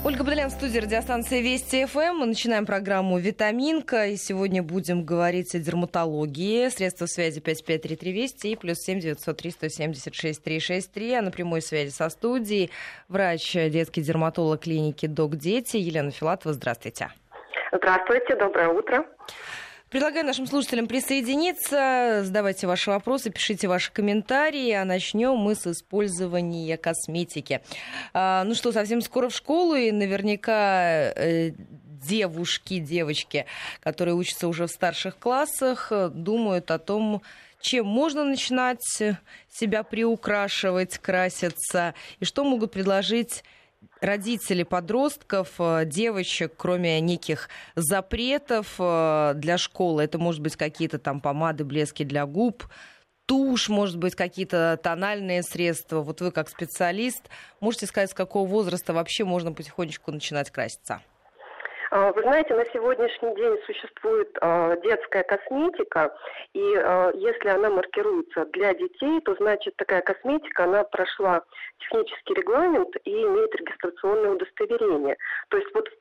Ольга Бодолян в студии радиостанции Вести ФМ. Мы начинаем программу «Витаминка». И сегодня будем говорить о дерматологии. Средства связи 5533 Вести и +7 903 176 363. А на прямой связи со студией врач, детский дерматолог клиники «Док Дети» Елена Филатова. Здравствуйте. Здравствуйте, доброе утро. Предлагаю нашим слушателям присоединиться, задавайте ваши вопросы, пишите ваши комментарии, а начнем мы с использования косметики. Ну что, совсем скоро в школу, и наверняка девочки, которые учатся уже в старших классах, думают о том, чем можно начинать себя приукрашивать, краситься, и что могут предложить родители подростков, девочек, кроме неких запретов для школы. Это может быть какие-то там помады, блески для губ, тушь, может быть, какие-то тональные средства. Вот вы как специалист можете сказать, с какого возраста вообще можно потихонечку начинать краситься? Вы знаете, на сегодняшний день существует детская косметика, и если она маркируется для детей, то значит такая косметика, она прошла технический регламент и имеет регистрационное удостоверение. То есть вот в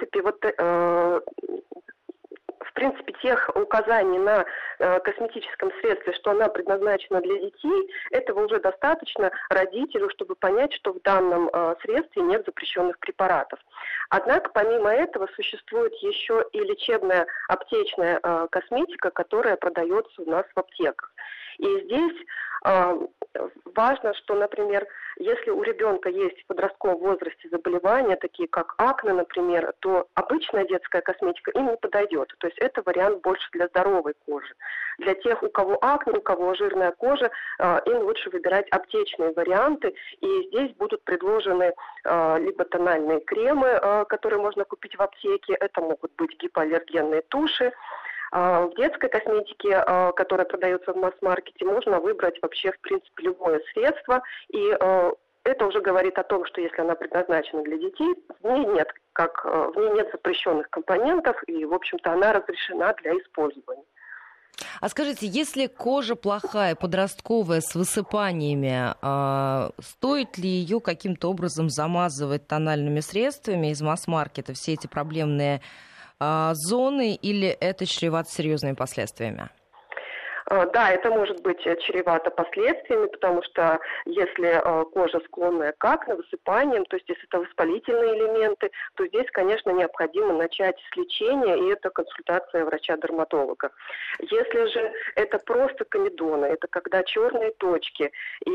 принципе, тех указаний на косметическом средстве, что она предназначена для детей, этого уже достаточно родителю, чтобы понять, что в данном средстве нет запрещенных препаратов. Однако, помимо этого, существует еще и лечебная аптечная косметика, которая продается у нас в аптеках. И здесь важно, что, например, если у ребенка есть в подростковом возрасте заболевания, такие как акне, например, то обычная детская косметика им не подойдет. То есть это вариант больше для здоровой кожи. Для тех, у кого акне, у кого жирная кожа, им лучше выбирать аптечные варианты. И здесь будут предложены либо тональные кремы, которые можно купить в аптеке, это могут быть гипоаллергенные туши. В детской косметике, которая продается в масс-маркете, можно выбрать вообще, в принципе, любое средство. И это уже говорит о том, что если она предназначена для детей, в ней нет запрещенных компонентов, и, в общем-то, она разрешена для использования. А скажите, если кожа плохая, подростковая, с высыпаниями, стоит ли ее каким-то образом замазывать тональными средствами из масс-маркета, все эти проблемные зоны, или это чревато серьезными последствиями? Да, это может быть чревато последствиями, потому что если кожа склонная к акне, высыпаниям, то есть если это воспалительные элементы, то здесь, конечно, необходимо начать с лечения, и это консультация врача-дерматолога. Если же это просто комедоны, это когда черные точки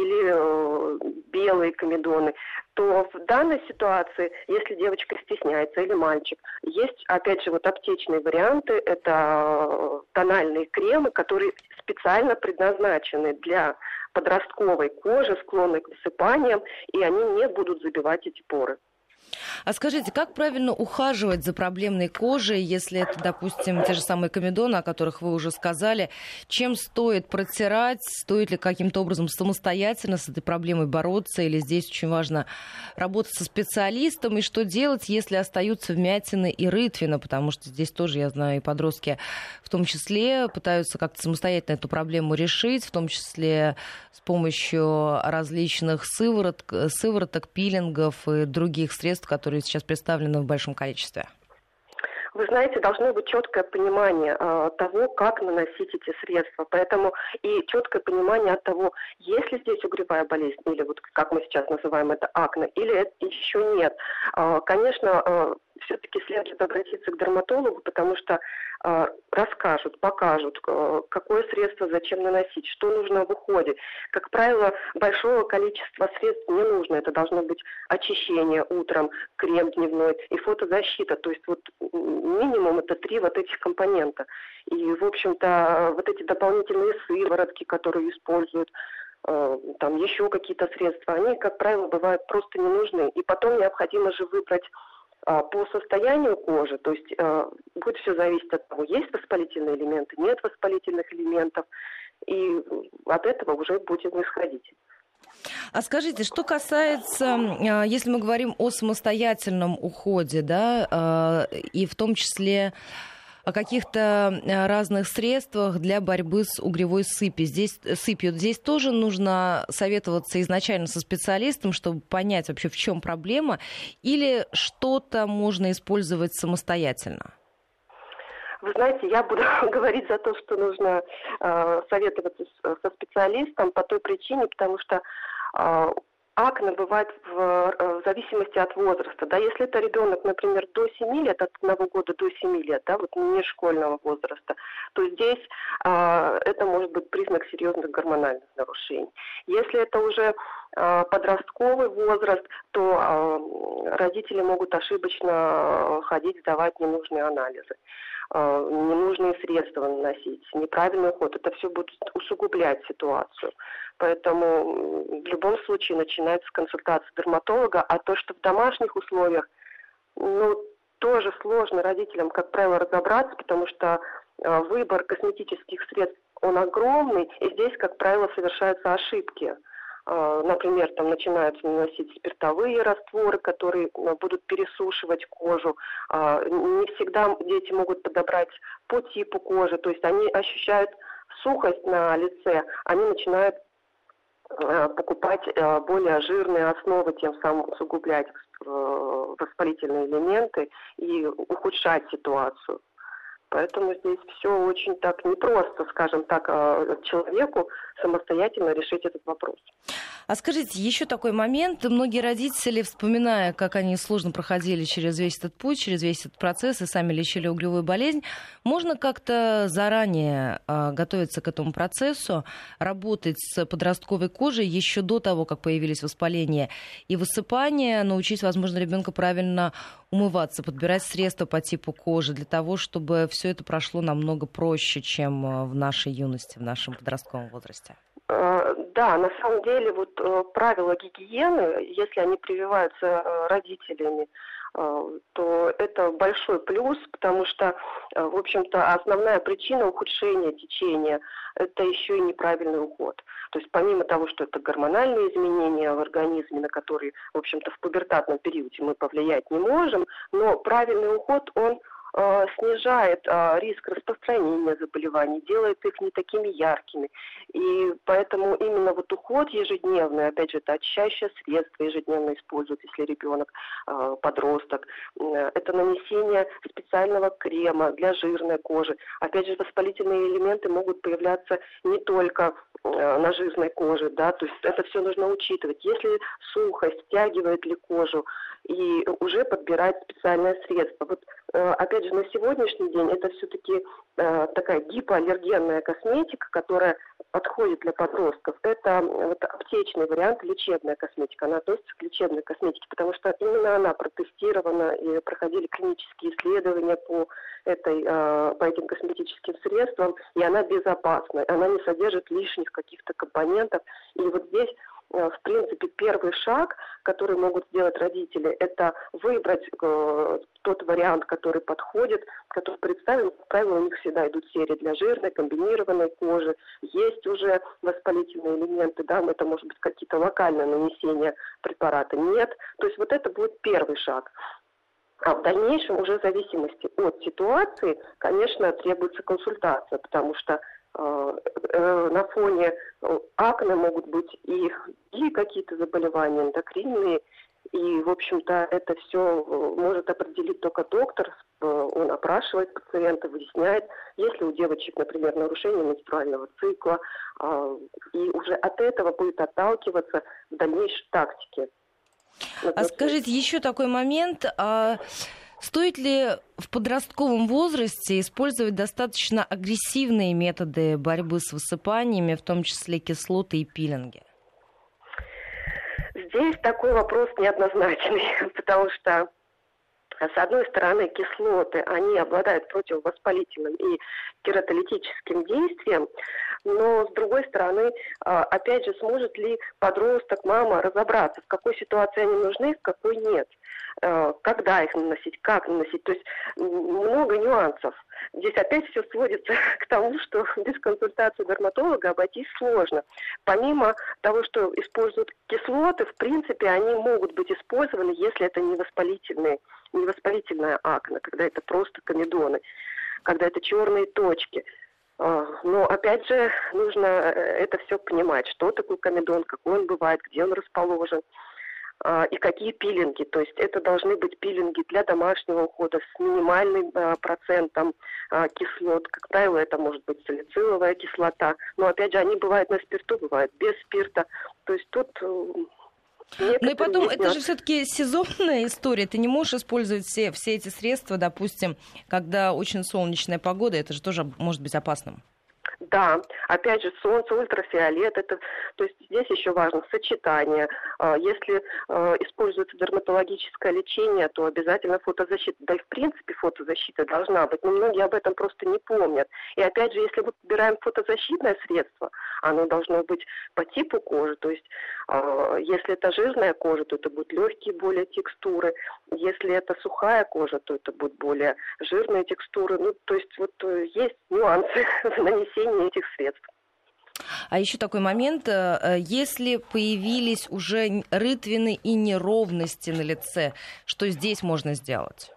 или белые комедоны, то в данной ситуации, если девочка стесняется или мальчик, есть, опять же, вот аптечные варианты, это тональные кремы, которые специально предназначены для подростковой кожи, склонной к высыпаниям, и они не будут забивать эти поры. А скажите, как правильно ухаживать за проблемной кожей, если это, допустим, те же самые комедоны, о которых вы уже сказали? Чем стоит протирать? Стоит ли каким-то образом самостоятельно с этой проблемой бороться? Или здесь очень важно работать со специалистом? И что делать, если остаются вмятины и рытвина? Потому что здесь тоже, я знаю, и подростки в том числе пытаются как-то самостоятельно эту проблему решить, в том числе с помощью различных сывороток, пилингов и других средств, которые сейчас представлены в большом количестве. Вы знаете, должно быть четкое понимание того, как наносить эти средства. Поэтому и четкое понимание от того, есть ли здесь угревая болезнь, или вот как мы сейчас называем это акне, или это еще нет. Конечно, все-таки следует обратиться к дерматологу, потому что расскажут, покажут, какое средство зачем наносить, что нужно в уходе. Как правило, большого количества средств не нужно. Это должно быть очищение утром, крем дневной и фотозащита. То есть вот минимум это 3 вот этих компонента. И, в общем-то, вот эти дополнительные сыворотки, которые используют, там еще какие-то средства, они, как правило, бывают просто не нужны. И потом необходимо же выбрать по состоянию кожи, то есть будет все зависеть от того, есть воспалительные элементы, нет воспалительных элементов, и от этого уже будем исходить. А скажите, что касается, если мы говорим о самостоятельном уходе, да, и в том числе о каких-то разных средствах для борьбы с угревой сыпью. Здесь тоже нужно советоваться изначально со специалистом, чтобы понять вообще, в чем проблема, или что-то можно использовать самостоятельно? Вы знаете, я буду говорить за то, что нужно советоваться со специалистом по той причине, потому что акне бывает в зависимости от возраста. Да, если это ребенок, например, до 7 лет, от 1 года до 7 лет, да, вот не школьного возраста, то здесь это может быть признак серьезных гормональных нарушений. Если это уже подростковый возраст, то родители могут ошибочно ходить, сдавать ненужные анализы, ненужные средства наносить, неправильный уход. Это все будет усугублять ситуацию. Поэтому в любом случае начинается с консультации дерматолога, а то, что в домашних условиях, тоже сложно родителям, как правило, разобраться, потому что выбор косметических средств, он огромный, и здесь, как правило, совершаются ошибки. Например, там начинают наносить спиртовые растворы, которые будут пересушивать кожу. Не всегда дети могут подобрать по типу кожи, то есть они ощущают сухость на лице, они начинают покупать более жирные основы, тем самым усугублять воспалительные элементы и ухудшать ситуацию. Поэтому здесь все очень так непросто, скажем так, человеку самостоятельно решить этот вопрос. А скажите, еще такой момент. Многие родители, вспоминая, как они сложно проходили через весь этот путь, через весь этот процесс и сами лечили угревую болезнь, можно как-то заранее готовиться к этому процессу, работать с подростковой кожей еще до того, как появились воспаления и высыпания, научить, возможно, ребенка правильно умываться, подбирать средства по типу кожи для того, чтобы все это прошло намного проще, чем в нашей юности, в нашем подростковом возрасте? Да, на самом деле правила гигиены, если они прививаются родителями, то это большой плюс, потому что, в общем-то, основная причина ухудшения течения – это еще и неправильный уход. То есть помимо того, что это гормональные изменения в организме, на которые, в общем-то, в пубертатном периоде мы повлиять не можем, но правильный уход, он снижает риск распространения заболеваний, делает их не такими яркими. И поэтому именно уход ежедневный, опять же, это очищающее средство ежедневно используют, если ребенок, подросток. Это нанесение специального крема для жирной кожи. Опять же, воспалительные элементы могут появляться не только на жирной коже, да, то есть это все нужно учитывать. Если сухость, стягивает ли кожу, и уже подбирать специальное средство. Опять же, на сегодняшний день это все-таки такая гипоаллергенная косметика, которая подходит для подростков. Это аптечный вариант, лечебная косметика. Она относится к лечебной косметике, потому что именно она протестирована, и проходили клинические исследования по этим косметическим средствам, и она безопасна. Она не содержит лишних каких-то компонентов. И здесь, в принципе, первый шаг, который могут сделать родители, это выбрать тот вариант, который подходит, который представлен. Как правило, у них всегда идут серии для жирной, комбинированной кожи. Есть уже воспалительные элементы, да, это может быть какие-то локальные нанесения препарата. Нет. То есть это будет первый шаг. А в дальнейшем, уже в зависимости от ситуации, конечно, требуется консультация, потому что на фоне акне могут быть и какие-то заболевания эндокринные, и, в общем-то, это все может определить только доктор. Он опрашивает пациента, выясняет, есть ли у девочек, например, нарушение менструального цикла, и уже от этого будет отталкиваться в дальнейшей тактике. А скажите, еще такой момент. Стоит ли в подростковом возрасте использовать достаточно агрессивные методы борьбы с высыпаниями, в том числе кислоты и пилинги? Здесь такой вопрос неоднозначный, потому что, с одной стороны, кислоты, они обладают противовоспалительным и кератолитическим действием, но, с другой стороны, опять же, сможет ли подросток, мама разобраться, в какой ситуации они нужны, в какой нет, когда их наносить, как наносить, то есть много нюансов. Здесь опять все сводится к тому, что без консультации дерматолога обойтись сложно. Помимо того, что используют кислоты, в принципе, они могут быть использованы, если это не воспалительная акне, когда это просто комедоны. когда это черные точки. Но, опять же, нужно это все понимать, что такое комедон, какой он бывает, где он расположен и какие пилинги. То есть это должны быть пилинги для домашнего ухода с минимальным процентом кислот. Как правило, это может быть салициловая кислота. Но, опять же, они бывают на спирту, бывают без спирта. То есть тут... Ну и потом, это же все-таки сезонная история. Ты не можешь использовать все эти средства, допустим, когда очень солнечная погода. Это же тоже может быть опасным. Да, опять же, солнце, ультрафиолет, то есть здесь еще важно сочетание. Если используется дерматологическое лечение, то обязательно фотозащита. Да и в принципе фотозащита должна быть, но многие об этом просто не помнят. И опять же, если мы подбираем фотозащитное средство, оно должно быть по типу кожи, то есть если это жирная кожа, то это будут легкие более текстуры, если это сухая кожа, то это будут более жирные текстуры. Ну, то есть вот есть нюансы в нанесении этих средств. А еще такой момент, если появились уже рытвины и неровности на лице, что здесь можно сделать?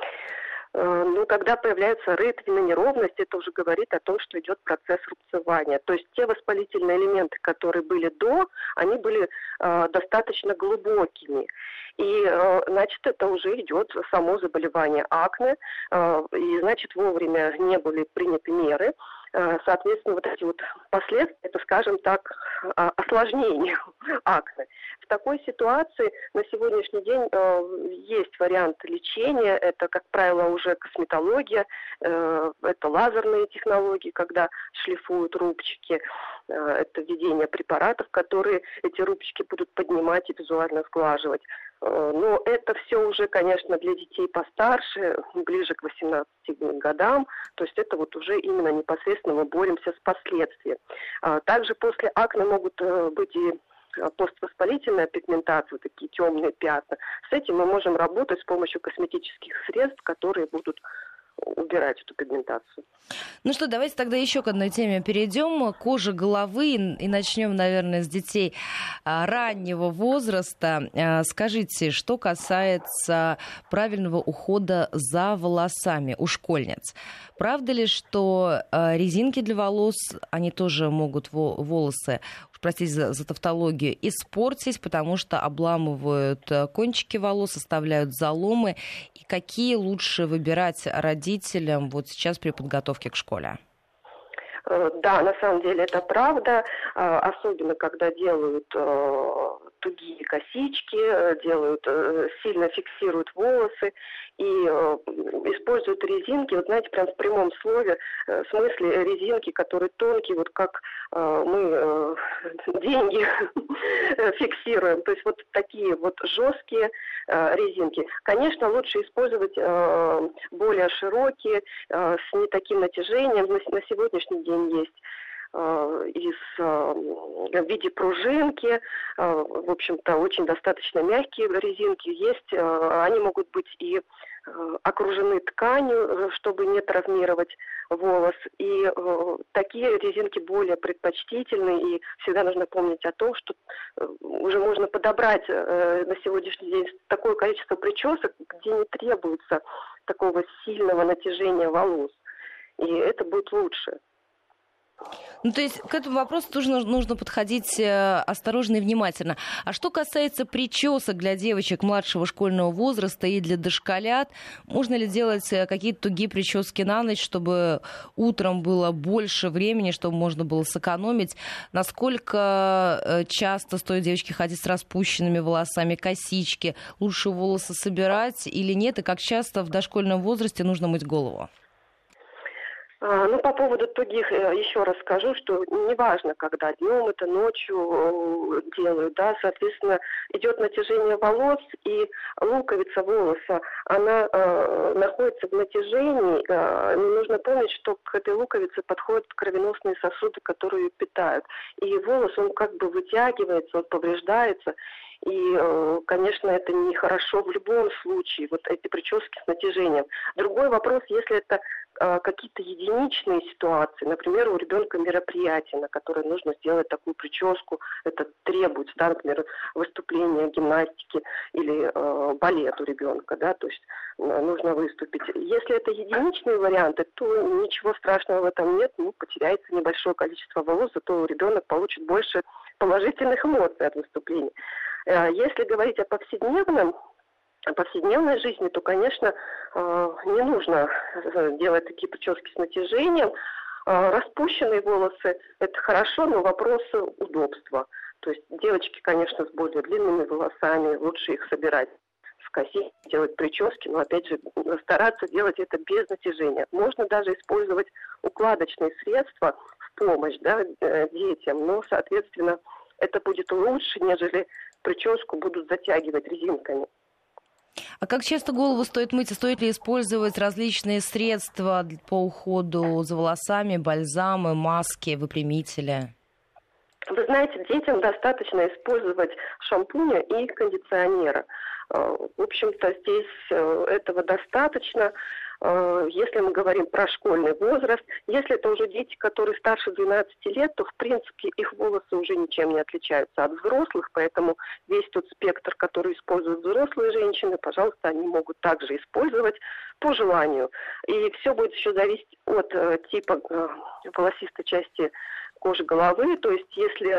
Ну, когда появляются рытвины, неровности, это уже говорит о том, что идет процесс рубцевания. То есть те воспалительные элементы, которые были до, они были достаточно глубокими. И, значит, это уже идет само заболевание акне, и, значит, вовремя не были приняты меры. Соответственно, вот эти вот последствия, это, скажем так, осложнение акне. В такой ситуации на сегодняшний день есть вариант лечения. Это, как правило, уже косметология, это лазерные технологии, когда шлифуют рубчики, это введение препаратов, которые эти рубчики будут поднимать и визуально сглаживать. Но это все уже, конечно, для детей постарше, ближе к 18 годам. То есть это вот уже именно непосредственно мы боремся с последствиями. Также после акне могут быть и поствоспалительная пигментация, такие темные пятна. С этим мы можем работать с помощью косметических средств, которые будут убирать эту пигментацию. Ну что, давайте тогда еще к одной теме перейдем. Кожа головы. И начнем, наверное, с детей раннего возраста. Скажите, что касается правильного ухода за волосами у школьниц. Правда ли, что резинки для волос, они тоже могут волосы, простите за тавтологию, испортить, потому что обламывают кончики волос, оставляют заломы? И какие лучше выбирать родителям вот сейчас при подготовке к школе? Да, на самом деле это правда, особенно когда делают тугие косички, сильно фиксируют волосы и используют резинки, вот знаете, прям в прямом смысле резинки, которые тонкие, вот как мы деньги фиксируем, то есть вот такие вот жесткие резинки. Конечно, лучше использовать более широкие, с не таким натяжением. На сегодняшний день есть в виде пружинки, в общем-то, очень достаточно мягкие резинки есть. Они могут быть и окружены тканью, чтобы не травмировать волос. И такие резинки более предпочтительны. И всегда нужно помнить о том, что уже можно подобрать на сегодняшний день такое количество причесок, где не требуется такого сильного натяжения волос. И это будет лучше. Ну, то есть к этому вопросу тоже нужно подходить осторожно и внимательно. А что касается причесок для девочек младшего школьного возраста и для дошколят, можно ли делать какие-то тугие прически на ночь, чтобы утром было больше времени, чтобы можно было сэкономить? Насколько часто стоит девочке ходить с распущенными волосами, косички? Лучше волосы собирать или нет? И как часто в дошкольном возрасте нужно мыть голову? Ну, по поводу тугих еще раз скажу, что неважно, когда днем это, ночью делают, да, соответственно, идет натяжение волос, и луковица волоса, она находится в натяжении. Нужно помнить, что к этой луковице подходят кровеносные сосуды, которые ее питают. И волос, он как бы вытягивается, он повреждается. И, конечно, это нехорошо в любом случае, вот эти прически с натяжением. Другой вопрос, если это какие-то единичные ситуации, например, у ребенка мероприятие, на которое нужно сделать такую прическу, это требуется, да, например, выступление гимнастики или балет у ребенка, да, то есть нужно выступить. Если это единичные варианты, то ничего страшного в этом нет, потеряется небольшое количество волос, зато ребенок получит больше положительных эмоций от выступления. Если говорить о повседневной жизни, то, конечно, не нужно делать такие прически с натяжением. Распущенные волосы – это хорошо, но вопрос удобства. То есть девочки, конечно, с более длинными волосами, лучше их собирать в косе, делать прически, но, опять же, стараться делать это без натяжения. Можно даже использовать укладочные средства в помощь, да, детям, но, соответственно, это будет лучше, нежели прическу будут затягивать резинками. А как часто голову стоит мыть? И стоит ли использовать различные средства по уходу за волосами, бальзамы, маски, выпрямители? Вы знаете, детям достаточно использовать шампуня и кондиционера. В общем-то, здесь этого достаточно. Если мы говорим про школьный возраст, если это уже дети, которые старше 12 лет, то, в принципе, их волосы уже ничем не отличаются от взрослых, поэтому весь тот спектр, который используют взрослые женщины, пожалуйста, они могут также использовать по желанию. И все будет еще зависеть от типа волосистой части кожи головы, то есть если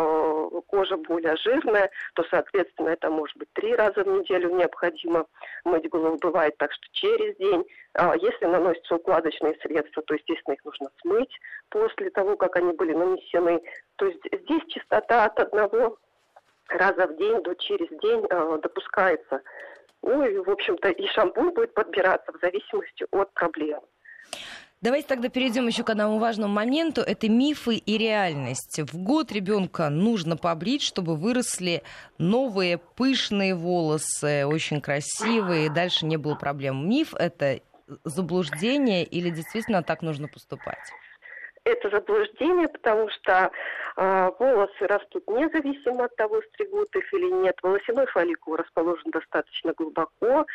кожа более жирная, то, соответственно, это может быть 3 раза в неделю необходимо мыть голову, бывает так, что через день. Если наносятся укладочные средства, то, естественно, их нужно смыть после того, как они были нанесены. То есть здесь частота от 1 раза в день до через день допускается. Ну и, в общем-то, и шампунь будет подбираться в зависимости от проблемы. Давайте тогда перейдем еще к одному важному моменту. Это мифы и реальность. В год ребенка нужно побрить, чтобы выросли новые пышные волосы, очень красивые, и дальше не было проблем. Миф — это заблуждение или действительно так нужно поступать? Это заблуждение, потому что волосы растут независимо от того, стригут их или нет. Волосяной фолликул расположен достаточно глубоко.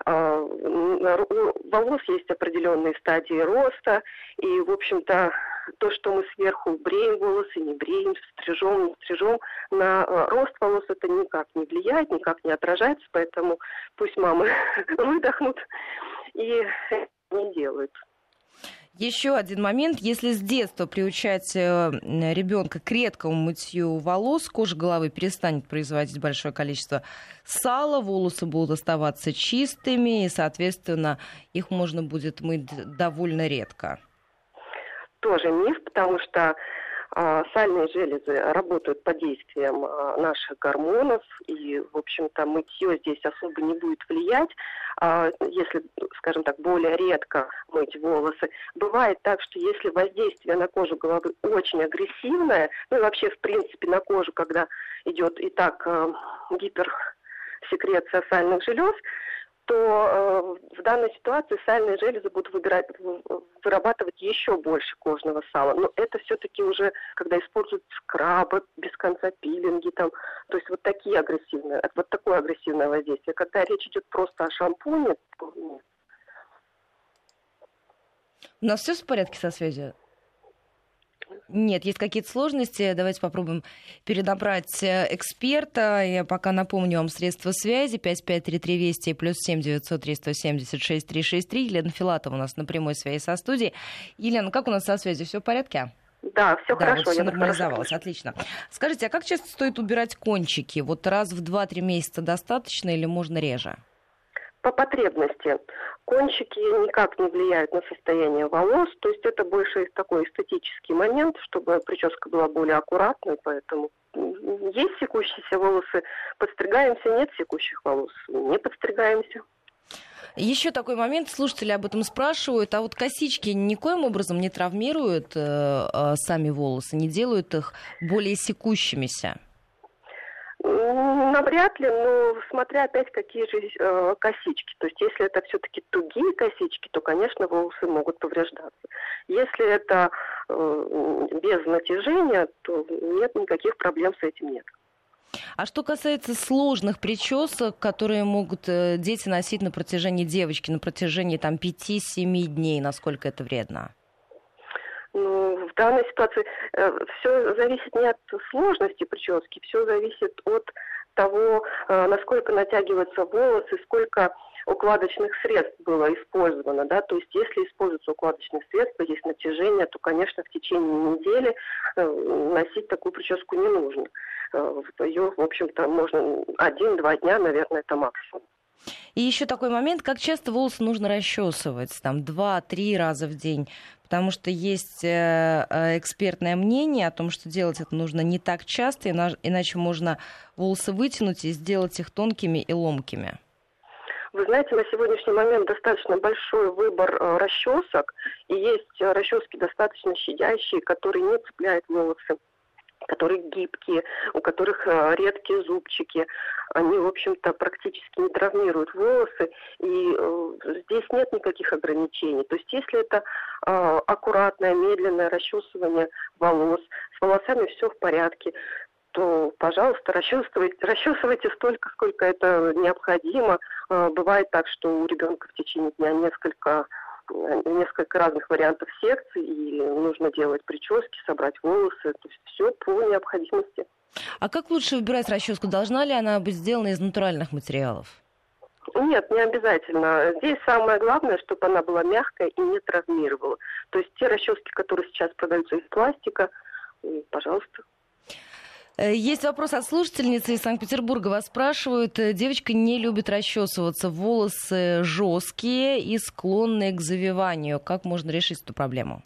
У волос есть определенные стадии роста. И, в общем-то, то, что мы сверху бреем волосы, не бреем, стрижем, не стрижем, на рост волос это никак не влияет, никак не отражается. Поэтому пусть мамы выдохнут и не делают. Еще один момент. Если с детства приучать ребенка к редкому мытью волос, кожа головы перестанет производить большое количество сала, волосы будут оставаться чистыми, и, соответственно, их можно будет мыть довольно редко. Тоже миф, потому что сальные железы работают под действием наших гормонов, и, в общем-то, мытье здесь особо не будет влиять. Если, скажем так, более редко мыть волосы. Бывает так, что если воздействие на кожу головы очень агрессивное, ну и вообще, в принципе, на кожу, когда идет и так гиперсекреция сальных желез, то в данной ситуации сальные железы будут вырабатывать еще больше кожного сала. Но это все-таки уже, когда используют скрабы, без конца пилинги, там, то есть вот такое агрессивное воздействие. Когда речь идет просто о шампуне, то нет. У нас все в порядке со связью? Нет, есть какие-то сложности. Давайте попробуем перенабрать эксперта. Я пока напомню вам средства связи. 553320 и +7 903 176 363. Елена Филатова у нас на прямой связи со студией. Елена, как у нас со связью? Все в порядке? Да, все хорошо. Вот все нормализовалось, отлично. Скажите, а как часто стоит убирать кончики? Вот раз в 2-3 месяца достаточно или можно реже? По потребности. Кончики никак не влияют на состояние волос, то есть это больше такой эстетический момент, чтобы прическа была более аккуратной, поэтому есть секущиеся волосы, подстригаемся, нет секущих волос, не подстригаемся. Еще такой момент, слушатели об этом спрашивают, а вот косички никоим образом не травмируют сами волосы, не делают их более секущимися? Навряд ли, но смотря опять какие же косички. То есть если это все-таки тугие косички, то, конечно, волосы могут повреждаться. Если это без натяжения, то нет, никаких проблем с этим нет. А что касается сложных причесок, которые могут дети носить на протяжении девочки, на протяжении 5-7 дней, насколько это вредно? Ну, в данной ситуации все зависит не от сложности прически, все зависит от того, насколько натягиваются волосы, сколько укладочных средств было использовано, да, то есть если используются укладочные средства, есть натяжение, то, конечно, в течение недели носить такую прическу не нужно. Ее, в общем-то, можно 1-2 дня, наверное, это максимум. И еще такой момент, как часто волосы нужно расчесывать, 2-3 раза в день, потому что есть экспертное мнение о том, что делать это нужно не так часто, иначе можно волосы вытянуть и сделать их тонкими и ломкими. Вы знаете, на сегодняшний момент достаточно большой выбор расчесок, и есть расчески достаточно щадящие, которые не цепляют волосы, которые гибкие, у которых редкие зубчики. Они, в общем-то, практически не травмируют волосы, и здесь нет никаких ограничений. То есть если это аккуратное, медленное расчесывание волос, с волосами все в порядке, то, пожалуйста, расчесывайте столько, сколько это необходимо. Бывает так, что у ребенка в течение дня несколько разных вариантов секций, и нужно делать прически, собрать волосы, то есть все по необходимости. А как лучше выбирать расческу? Должна ли она быть сделана из натуральных материалов? Нет, не обязательно. Здесь самое главное, чтобы она была мягкая и не травмировала. То есть те расчески, которые сейчас продаются из пластика, пожалуйста. Есть вопрос от слушательницы из Санкт-Петербурга. Вас спрашивают, девочка не любит расчесываться, волосы жесткие и склонные к завиванию. Как можно решить эту проблему?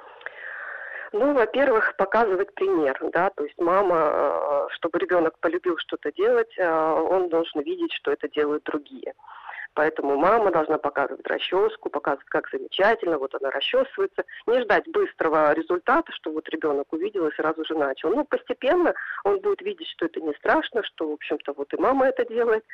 Ну, во-первых, показывать пример, да, то есть мама, чтобы ребенок полюбил что-то делать, он должен видеть, что это делают другие. Поэтому мама должна показывать расческу, показывать, как замечательно, вот она расчесывается. Не ждать быстрого результата, что вот ребенок увидел и сразу же начал. Ну, постепенно он будет видеть, что это не страшно, что, в общем-то, вот и мама это делает.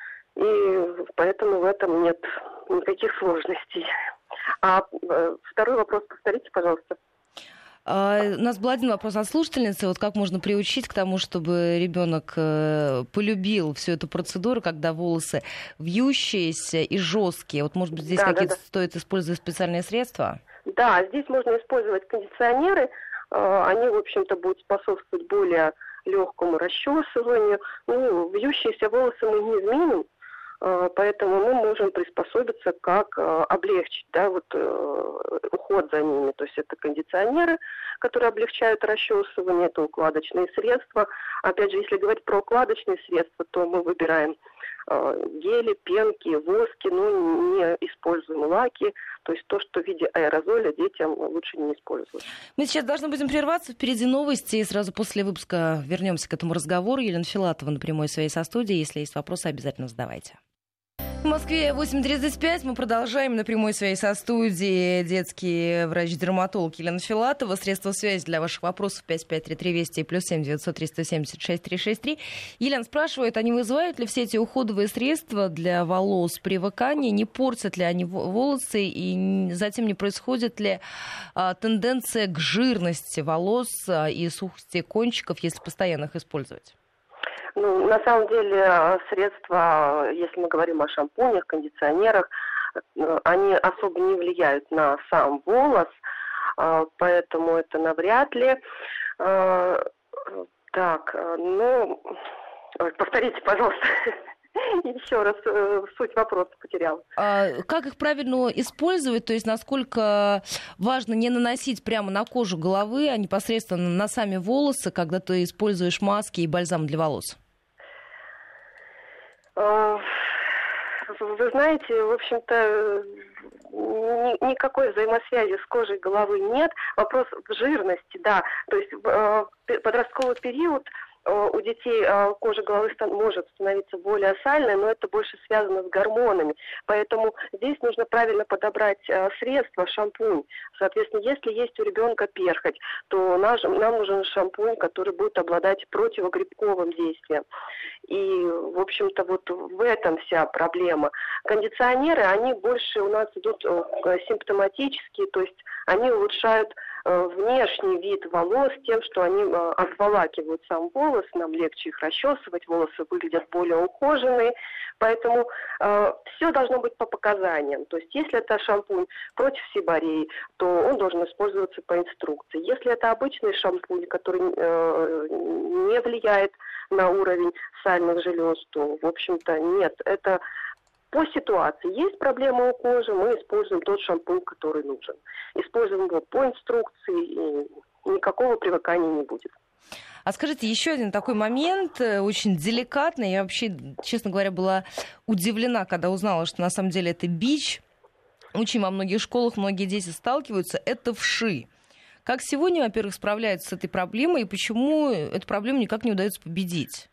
И поэтому в этом нет никаких сложностей. А второй вопрос повторите, пожалуйста. У нас был один вопрос от слушательницы. Вот как можно приучить к тому, чтобы ребенок полюбил всю эту процедуру, когда волосы вьющиеся и жесткие. Вот, может быть, здесь стоит использовать специальные средства? Да, здесь можно использовать кондиционеры. Они, в общем-то, будут способствовать более легкому расчесыванию. Ну, вьющиеся волосы мы не изменим. Поэтому мы можем приспособиться, как облегчить, да, вот, уход за ними. То есть это кондиционеры, которые облегчают расчесывание, это укладочные средства. Опять же, если говорить про укладочные средства, то мы выбираем гели, пенки, воски, но не используем лаки. То есть то, что в виде аэрозоля, детям лучше не использовать. Мы сейчас должны будем прерваться. Впереди новости. И сразу после выпуска вернемся к этому разговору. Елена Филатова на прямой связи со студией. Если есть вопросы, обязательно задавайте. В Москве 8:35. Мы продолжаем на прямой связи со студией. Детский врач-дерматолог Елена Филатова. Средства связи для ваших вопросов 5533 Вести и +7 903 176 363. Елена спрашивает, а не вызывают ли все эти уходовые средства для волос привыкания, не портят ли они волосы и затем не происходит ли тенденция к жирности волос и сухости кончиков, если постоянно их использовать? Ну, на самом деле средства, если мы говорим о шампунях, кондиционерах, они особо не влияют на сам волос, поэтому это навряд ли. Так, ну, повторите, пожалуйста, еще раз, суть вопроса потеряла. Как их правильно использовать, то есть насколько важно не наносить прямо на кожу головы, а непосредственно на сами волосы, когда ты используешь маски и бальзам для волос? Вы знаете, в общем-то, никакой взаимосвязи с кожей головы нет. Вопрос в жирности, да. То есть подростковый период у детей кожа головы может становиться более сальной, но это больше связано с гормонами. Поэтому здесь нужно правильно подобрать средства, шампунь. Соответственно, если есть у ребенка перхоть, то нам нужен шампунь, который будет обладать противогрибковым действием. И, в общем-то, вот в этом вся проблема. Кондиционеры, они больше у нас идут симптоматические, то есть они улучшают внешний вид волос тем, что они обволакивают сам волос, нам легче их расчесывать, волосы выглядят более ухоженные, поэтому все должно быть по показаниям. То есть если это шампунь против сиборей, то он должен использоваться по инструкции. Если это обычный шампунь, который не влияет на уровень сальных желез, то, в общем-то, нет, это по ситуации. Есть проблема у кожи, мы используем тот шампунь, который нужен. Используем его по инструкции, и никакого привыкания не будет. А скажите, еще один такой момент, очень деликатный. Я вообще, честно говоря, была удивлена, когда узнала, что на самом деле это бич. Очень во многих школах многие дети сталкиваются. Это вши. Как сегодня, во-первых, справляются с этой проблемой, и почему эту проблему никак не удается победить?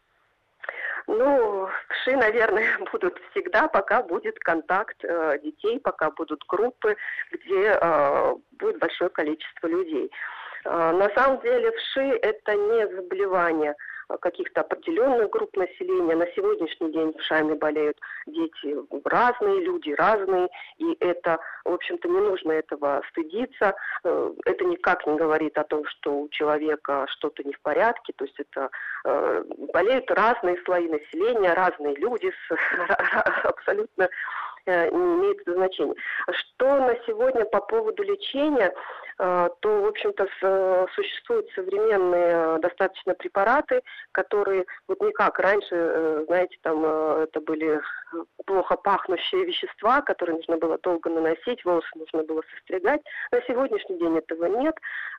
Ну, вши, наверное, будут всегда, пока будет контакт детей, пока будут группы, где будет большое количество людей. На самом деле вши – это не заболевание каких-то определенных групп населения. На сегодняшний день вшами болеют дети разные, люди разные, и это, в общем-то, не нужно этого стыдиться. Это никак не говорит о том, что у человека что-то не в порядке, то есть это болеют разные слои населения, разные люди, абсолютно не имеет значения. Что на сегодня по поводу лечения, то, в общем-то, существуют современные достаточно препараты, которые вот не как раньше, знаете, там это были плохо пахнущие вещества, которые нужно было долго наносить, волосы нужно было состригать. На сегодняшний день этого нет.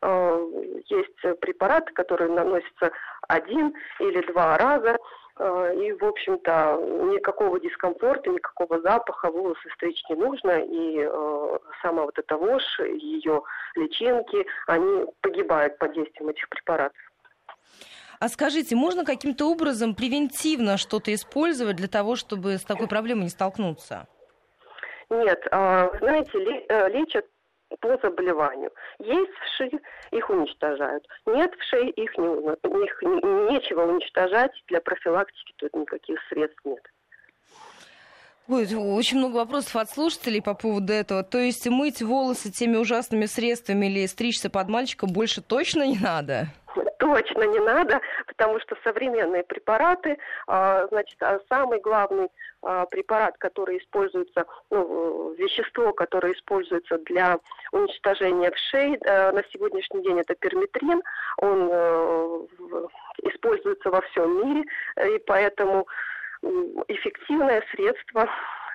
Есть препараты, которые наносятся 1 или 2 раза. И, в общем-то, никакого дискомфорта, никакого запаха волосы стричь не нужно. И сама вот эта вошь, ее личинки, они погибают под действием этих препаратов. А скажите, можно каким-то образом превентивно что-то использовать для того, чтобы с такой проблемой не столкнуться? Нет, знаете, лечат по заболеванию. Есть вши, их уничтожают. Нет вшей, их нечего уничтожать. Для профилактики тут никаких средств нет. Ой, очень много вопросов от слушателей по поводу этого. То есть мыть волосы теми ужасными средствами или стричься под мальчика больше точно не надо? Точно не надо, потому что современные препараты, значит, самый главный препарат, который используется, вещество, которое используется для уничтожения вшей, на сегодняшний день это перметрин, он используется во всем мире, и поэтому эффективное средство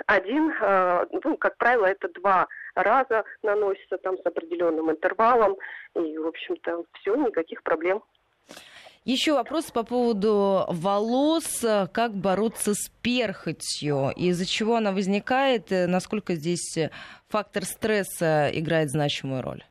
как правило, это 2 раза наносится там с определенным интервалом, и, в общем-то, все, никаких проблем. Еще вопрос по поводу волос. Как бороться с перхотью? Из-за чего она возникает? Насколько здесь фактор стресса играет значимую роль?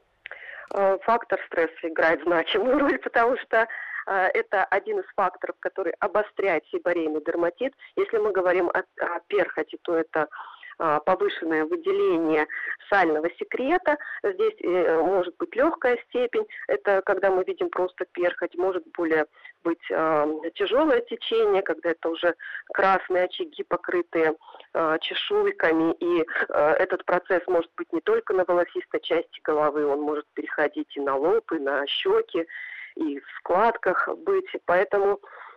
Фактор стресса играет значимую роль, потому что это один из факторов, который обостряет сиборейный дерматит. Если мы говорим о перхоти, то это повышенное выделение сального секрета. Здесь может быть легкая степень. Это когда мы видим просто перхоть. Может быть тяжелое течение, когда это уже красные очаги, покрытые чешуйками. И этот процесс может быть не только на волосистой части головы, он может переходить и на лоб, и на щеки, и в складках быть. Поэтому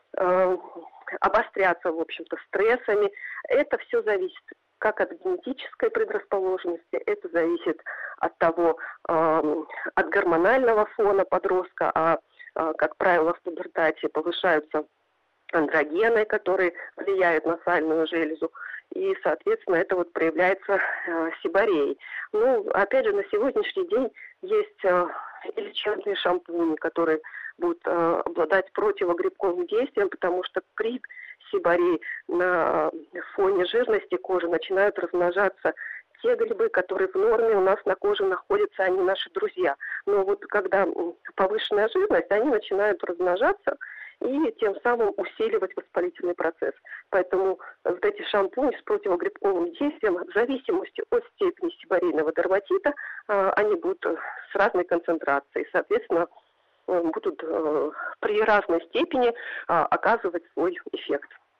обостряться, в общем-то, стрессами. Это все зависит как от генетической предрасположенности, это зависит от того, от гормонального фона подростка, как правило, в пубертате повышаются андрогены, которые влияют на сальную железу, и, соответственно, это вот проявляется сибореей. Опять же, на сегодняшний день есть и лечебные шампуни, которые будут обладать противогрибковым действием, потому что при сиборей на фоне жирности кожи начинают размножаться те грибы, которые в норме у нас на коже находятся, они наши друзья. Но вот когда повышенная жирность, они начинают размножаться и тем самым усиливать воспалительный процесс. Поэтому вот эти шампуни с противогрибковым действием, в зависимости от степени сиборейного дерматита, они будут с разной концентрацией. Соответственно, будут при разной степени оказывать свой эффект.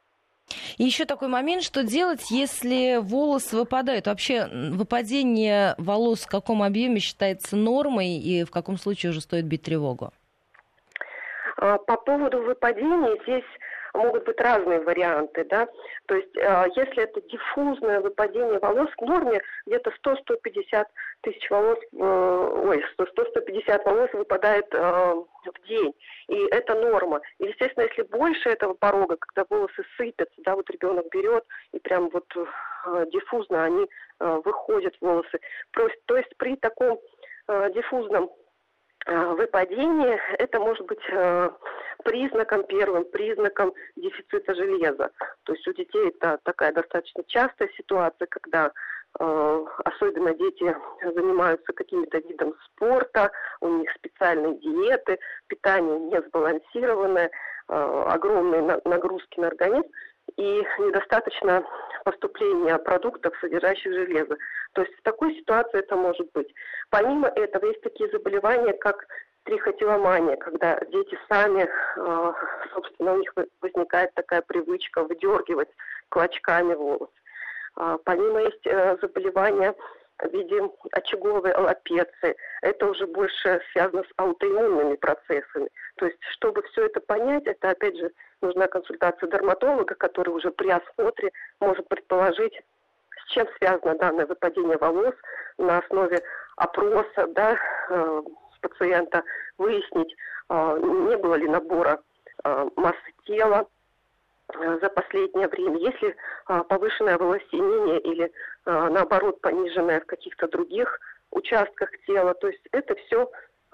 И еще такой момент, что делать, если волосы выпадают? Вообще, выпадение волос в каком объеме считается нормой и в каком случае уже стоит бить тревогу? По поводу выпадения здесь могут быть разные варианты, да, то есть если это диффузное выпадение волос, в норме где-то 100-150 тысяч волос, 100-150 волос выпадает в день, и это норма. И, естественно, если больше этого порога, когда волосы сыпятся, да, вот ребенок берет и прям вот диффузно они выходят волосы, то есть при таком диффузном выпадение, это может быть первым признаком дефицита железа. То есть у детей это такая достаточно частая ситуация, когда особенно дети занимаются каким-то видом спорта, у них специальные диеты, питание не сбалансированное, огромные нагрузки на организм и недостаточно поступления продуктов, содержащих железо. То есть в такой ситуации это может быть. Помимо этого есть такие заболевания, как трихотиломания, когда дети сами, собственно, у них возникает такая привычка выдергивать клочками волос. Помимо есть заболевания в виде очаговой аллопеции. Это уже больше связано с аутоиммунными процессами. То есть, чтобы все это понять, это, опять же, нужна консультация дерматолога, который уже при осмотре может предположить, с чем связано данное выпадение волос, на основе опроса, да, с пациента выяснить, не было ли набора массы тела за последнее время, если повышенное волосинение или, наоборот, пониженное в каких-то других участках тела. То есть это все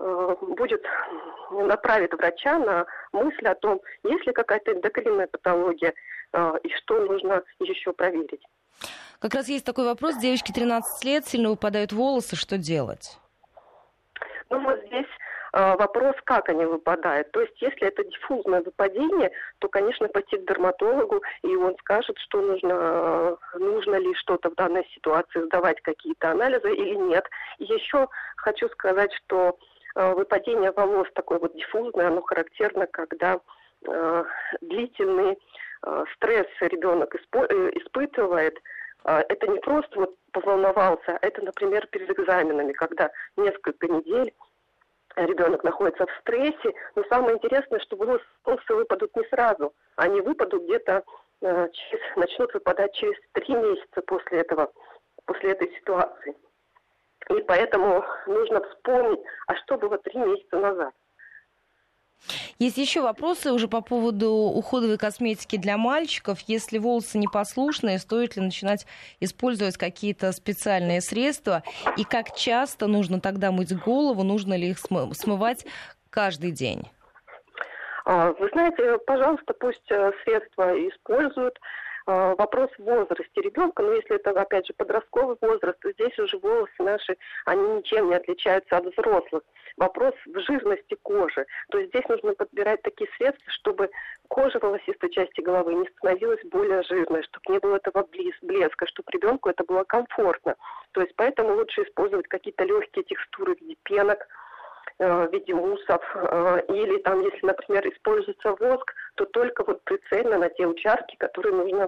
направит врача на мысль о том, есть ли какая-то эндокринная патология и что нужно еще проверить. Как раз есть такой вопрос. Девочке 13 лет, сильно выпадают волосы, что делать? Ну вот здесь вопрос, как они выпадают. То есть, если это диффузное выпадение, то, конечно, пойти к дерматологу, и он скажет, что нужно ли что-то в данной ситуации сдавать, какие-то анализы или нет. И еще хочу сказать, что выпадение волос такое вот диффузное, оно характерно, когда длительный стресс ребенок испытывает. Это не просто вот поволновался, это, например, перед экзаменами, когда несколько недель ребенок находится в стрессе, но самое интересное, что волосы выпадут не сразу. Они выпадут где-то, начнут выпадать через 3 месяца после этой ситуации. И поэтому нужно вспомнить, а что было 3 месяца назад. Есть еще вопросы уже по поводу уходовой косметики для мальчиков. Если волосы непослушные, стоит ли начинать использовать какие-то специальные средства? И как часто нужно тогда мыть голову? Нужно ли их смывать каждый день? Вы знаете, пожалуйста, пусть средства используют. Вопрос в возрасте ребенка, но если это, опять же, подростковый возраст, то здесь уже волосы наши, они ничем не отличаются от взрослых. Вопрос в жирности кожи. То есть здесь нужно подбирать такие средства, чтобы кожа волосистой части головы не становилась более жирной, чтобы не было этого блеска, чтобы ребенку это было комфортно. То есть поэтому лучше использовать какие-то легкие текстуры в виде пенок, в виде муссов, или там, если, например, используется воск, то только вот прицельно на те участки, которые нужно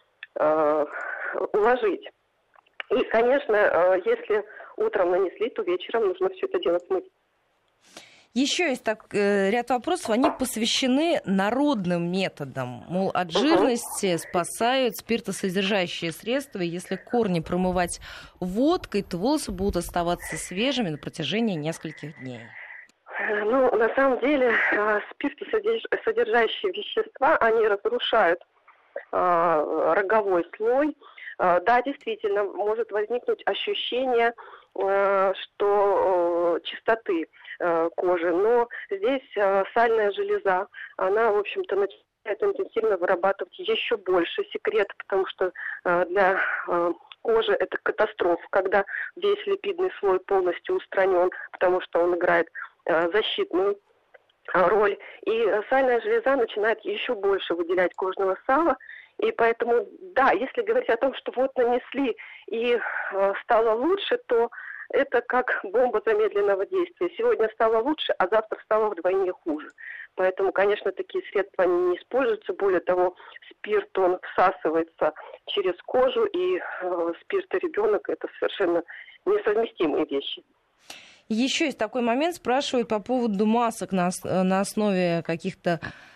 уложить. И, конечно, если утром нанесли, то вечером нужно все это дело смыть. Еще есть ряд вопросов, они посвящены народным методам. Мол, от жирности спасают спиртосодержащие средства. И если корни промывать водкой, то волосы будут оставаться свежими на протяжении нескольких дней. Ну, на самом деле, спиртосодержащие вещества, они разрушают роговой слой. Да, действительно, может возникнуть ощущение, что чистоты кожи, но здесь сальная железа, она, в общем-то, начинает интенсивно вырабатывать еще больше секрет, потому что для кожи это катастрофа, когда весь липидный слой полностью устранен, потому что он играет защитную роль. И сальная железа начинает еще больше выделять кожного сала. И поэтому, да, если говорить о том, что вот нанесли и стало лучше, то это как бомба замедленного действия. Сегодня стало лучше, а завтра стало вдвойне хуже. Поэтому, конечно, такие средства они не используются. Более того, спирт, он всасывается через кожу, и спирт и ребенок – это совершенно несовместимые вещи. Еще есть такой момент, спрашивают по поводу масок на основе каких-то,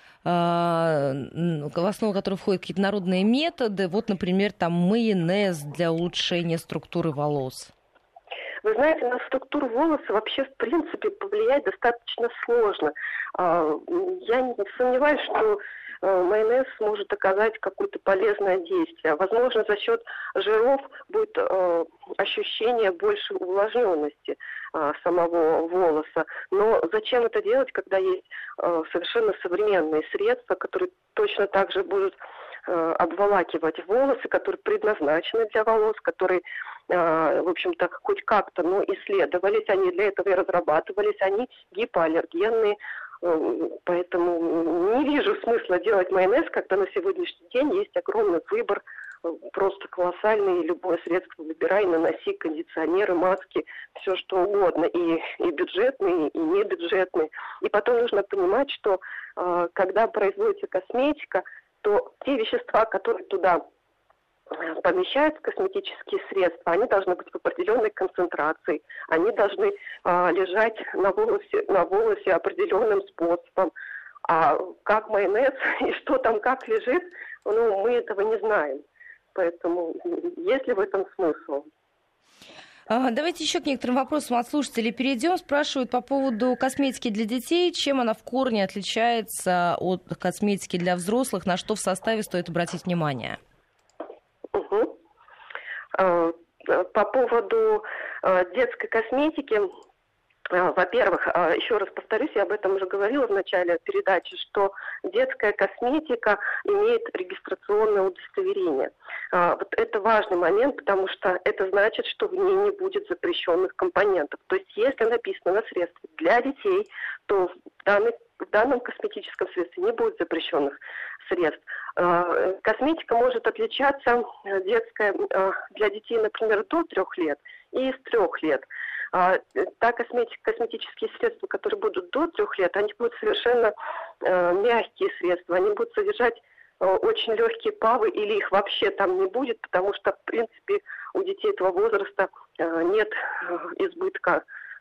в основу которых входят какие-то народные методы. Вот, например, там майонез для улучшения структуры волос. Вы знаете, на структуру волоса вообще, в принципе, повлиять достаточно сложно. Я не сомневаюсь, что майонез может оказать какое-то полезное действие. Возможно, за счет жиров будет ощущение большей увлажненности самого волоса. Но зачем это делать, когда есть совершенно современные средства, которые точно так же будут обволакивать волосы, которые предназначены для волос, которые, в общем-то, хоть как-то, но исследовались, они для этого и разрабатывались, они гипоаллергенные. Поэтому не вижу смысла делать майонез, когда на сегодняшний день есть огромный выбор, просто колоссальный, любое средство выбирай, наноси, кондиционеры, маски, все что угодно, и бюджетные, и небюджетные. И потом нужно понимать, что когда производится косметика, то те вещества, которые туда помещаются, косметические средства, они должны быть в определенной концентрации, они должны лежать на волосе определенным способом. А как майонез и что там как лежит, мы этого не знаем. Поэтому есть ли в этом смысл? Давайте еще к некоторым вопросам от слушателей перейдем. Спрашивают по поводу косметики для детей. Чем она в корне отличается от косметики для взрослых? На что в составе стоит обратить внимание? По поводу детской косметики, во-первых, еще раз повторюсь, я об этом уже говорила в начале передачи, что детская косметика имеет регистрационное удостоверение. Вот это важный момент, потому что это значит, что в ней не будет запрещенных компонентов. То есть если написано на средстве для детей, то в данном косметическом средстве не будет запрещенных средств. Косметика может отличаться, детская, для детей, например, до 3 лет и с 3 лет. Косметические средства, которые будут до 3 лет, они будут совершенно мягкие средства, они будут содержать очень легкие ПАВы или их вообще там не будет, потому что, в принципе, у детей этого возраста нет избытка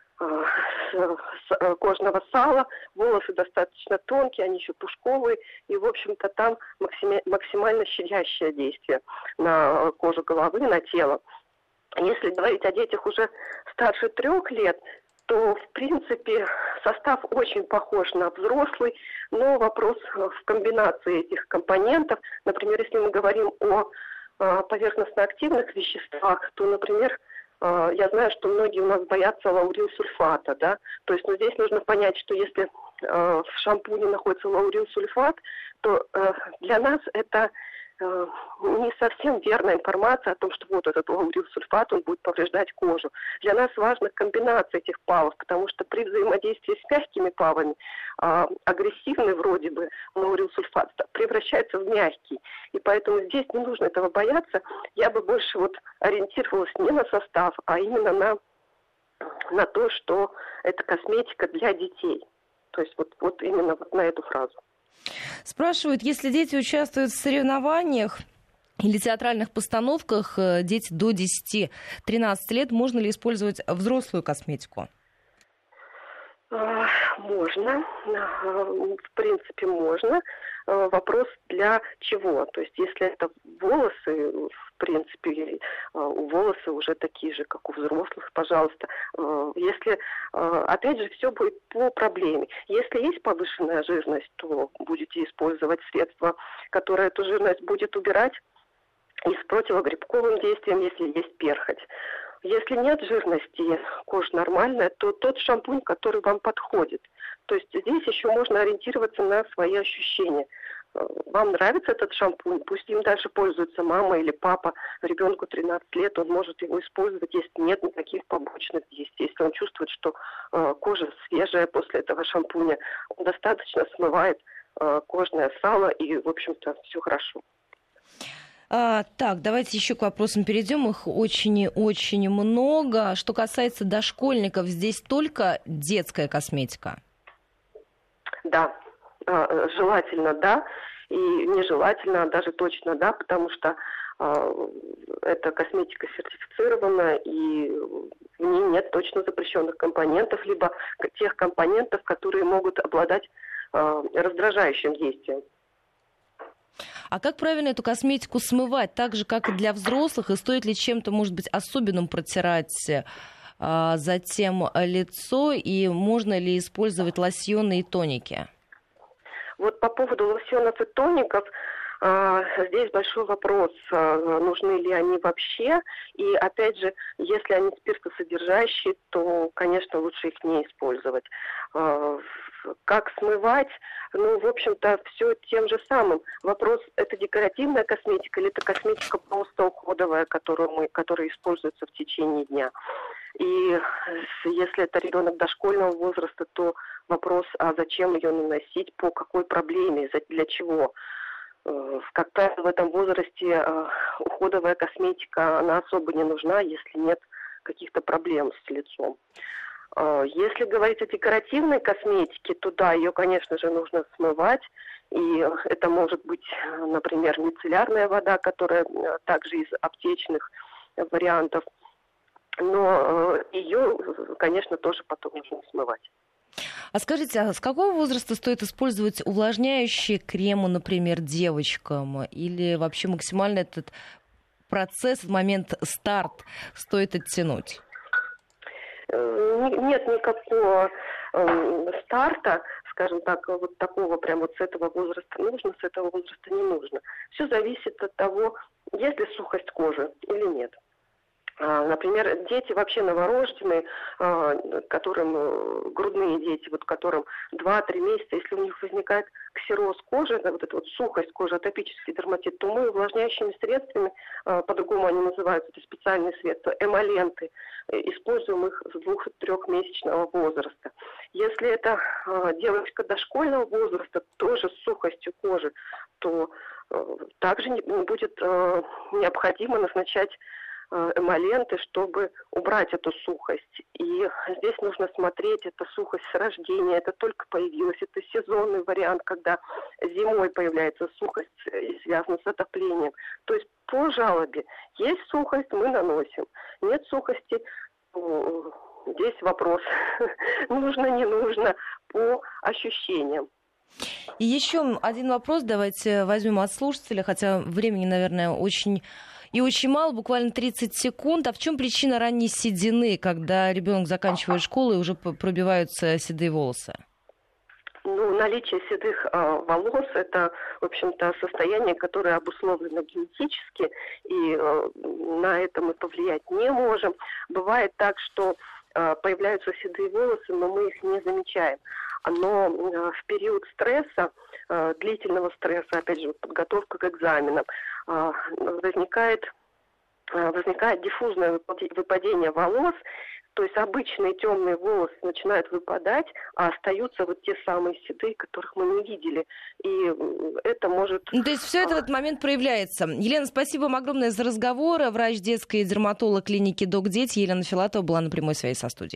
кожного сала, волосы достаточно тонкие, они еще пушковые, и, в общем-то, там максимально щадящее действие на кожу головы, на тело. Если говорить о детях уже старше 3 лет, то, в принципе, состав очень похож на взрослый, но вопрос в комбинации этих компонентов. Например, если мы говорим о поверхностно-активных веществах, то, например, я знаю, что многие у нас боятся лаурилсульфата, да, то есть здесь нужно понять, что если в шампуне находится лаурилсульфат, то для нас это не совсем верная информация о том, что вот этот лаурилсульфат, он будет повреждать кожу. Для нас важна комбинация этих ПАВов, потому что при взаимодействии с мягкими ПАВами агрессивный вроде бы лаурилсульфат превращается в мягкий. И поэтому здесь не нужно этого бояться. Я бы больше ориентировалась не на состав, а именно на то, что это косметика для детей. То есть вот именно на эту фразу. Спрашивают, если дети участвуют в соревнованиях или театральных постановках, дети до 10-13 лет, можно ли использовать взрослую косметику? Можно. В принципе, можно. Вопрос для чего? То есть, если это волосы, в принципе, волосы уже такие же, как у взрослых, пожалуйста. Если, опять же, все будет по проблеме. Если есть повышенная жирность, то будете использовать средства, которые эту жирность будет убирать, и с противогрибковым действием, если есть перхоть. Если нет жирности, кожа нормальная, то тот шампунь, который вам подходит. То есть здесь еще можно ориентироваться на свои ощущения. Вам нравится этот шампунь, пусть им дальше пользуется мама или папа. Ребенку 13 лет, он может его использовать, если нет никаких побочных действий. Если он чувствует, что кожа свежая после этого шампуня, он достаточно смывает кожное сало, и, в общем-то, все хорошо. Так, давайте еще к вопросам перейдем. Их очень и очень много. Что касается дошкольников, здесь только детская косметика? Да, желательно да, и нежелательно даже точно да, потому что эта косметика сертифицирована, и в ней нет точно запрещенных компонентов, либо тех компонентов, которые могут обладать раздражающим действием. А как правильно эту косметику смывать? Так же, как и для взрослых? И стоит ли чем-то, может быть, особенным протирать затем лицо? И можно ли использовать лосьоны и тоники? Вот по поводу лосьонов и тоников, здесь большой вопрос, нужны ли они вообще. И опять же, если они спиртосодержащие, то, конечно, лучше их не использовать. Как смывать? Ну, в общем-то, все тем же самым. Вопрос, это декоративная косметика или это косметика просто уходовая, которая используется в течение дня. И если это ребенок дошкольного возраста, то вопрос, а зачем ее наносить, по какой проблеме, для чего? Как правило, в этом возрасте уходовая косметика, она особо не нужна, если нет каких-то проблем с лицом. Если говорить о декоративной косметике, то да, ее, конечно же, нужно смывать. И это может быть, например, мицеллярная вода, которая также из аптечных вариантов. Но ее, конечно, тоже потом нужно смывать. А скажите, а с какого возраста стоит использовать увлажняющие кремы, например, девочкам? Или вообще максимально этот процесс, момент старт стоит оттянуть? Нет никакого старта, скажем так, вот такого прям вот с этого возраста нужно, с этого возраста не нужно. Все зависит от того, есть ли сухость кожи или нет. Например, дети вообще новорожденные, которым грудные дети, вот которым 2-3 месяца, если у них возникает ксероз кожи, вот эта вот сухость кожи, атопический дерматит, то мы увлажняющими средствами, по-другому они называются, это специальные средства, эмоленты, используем их с 2-3-месячного возраста. Если это девочка дошкольного возраста, тоже с сухостью кожи, то также будет необходимо назначать эмоленты, чтобы убрать эту сухость. И здесь нужно смотреть, это сухость с рождения, это только появилась, это сезонный вариант, когда зимой появляется сухость и связана с отоплением. То есть по жалобе есть сухость, мы наносим. Нет сухости, здесь вопрос, нужно, не нужно, по ощущениям. И еще один вопрос давайте возьмем от слушателя, хотя времени, наверное, очень мало, буквально 30 секунд. А в чем причина ранней седины, когда ребенок заканчивает школу и уже пробиваются седые волосы? Ну, наличие седых волос – это, в общем-то, состояние, которое обусловлено генетически, и на это мы повлиять не можем. Бывает так, что появляются седые волосы, но мы их не замечаем. Но в период стресса, длительного стресса, опять же, подготовка к экзаменам, возникает диффузное выпадение волос, то есть обычные темные волосы начинают выпадать, а остаются вот те самые седые, которых мы не видели. И это может... То есть все это в этот момент проявляется. Елена, спасибо вам огромное за разговор. Врач детской дерматолог клиники «Док Дети» Елена Филатова была на прямой связи со студией.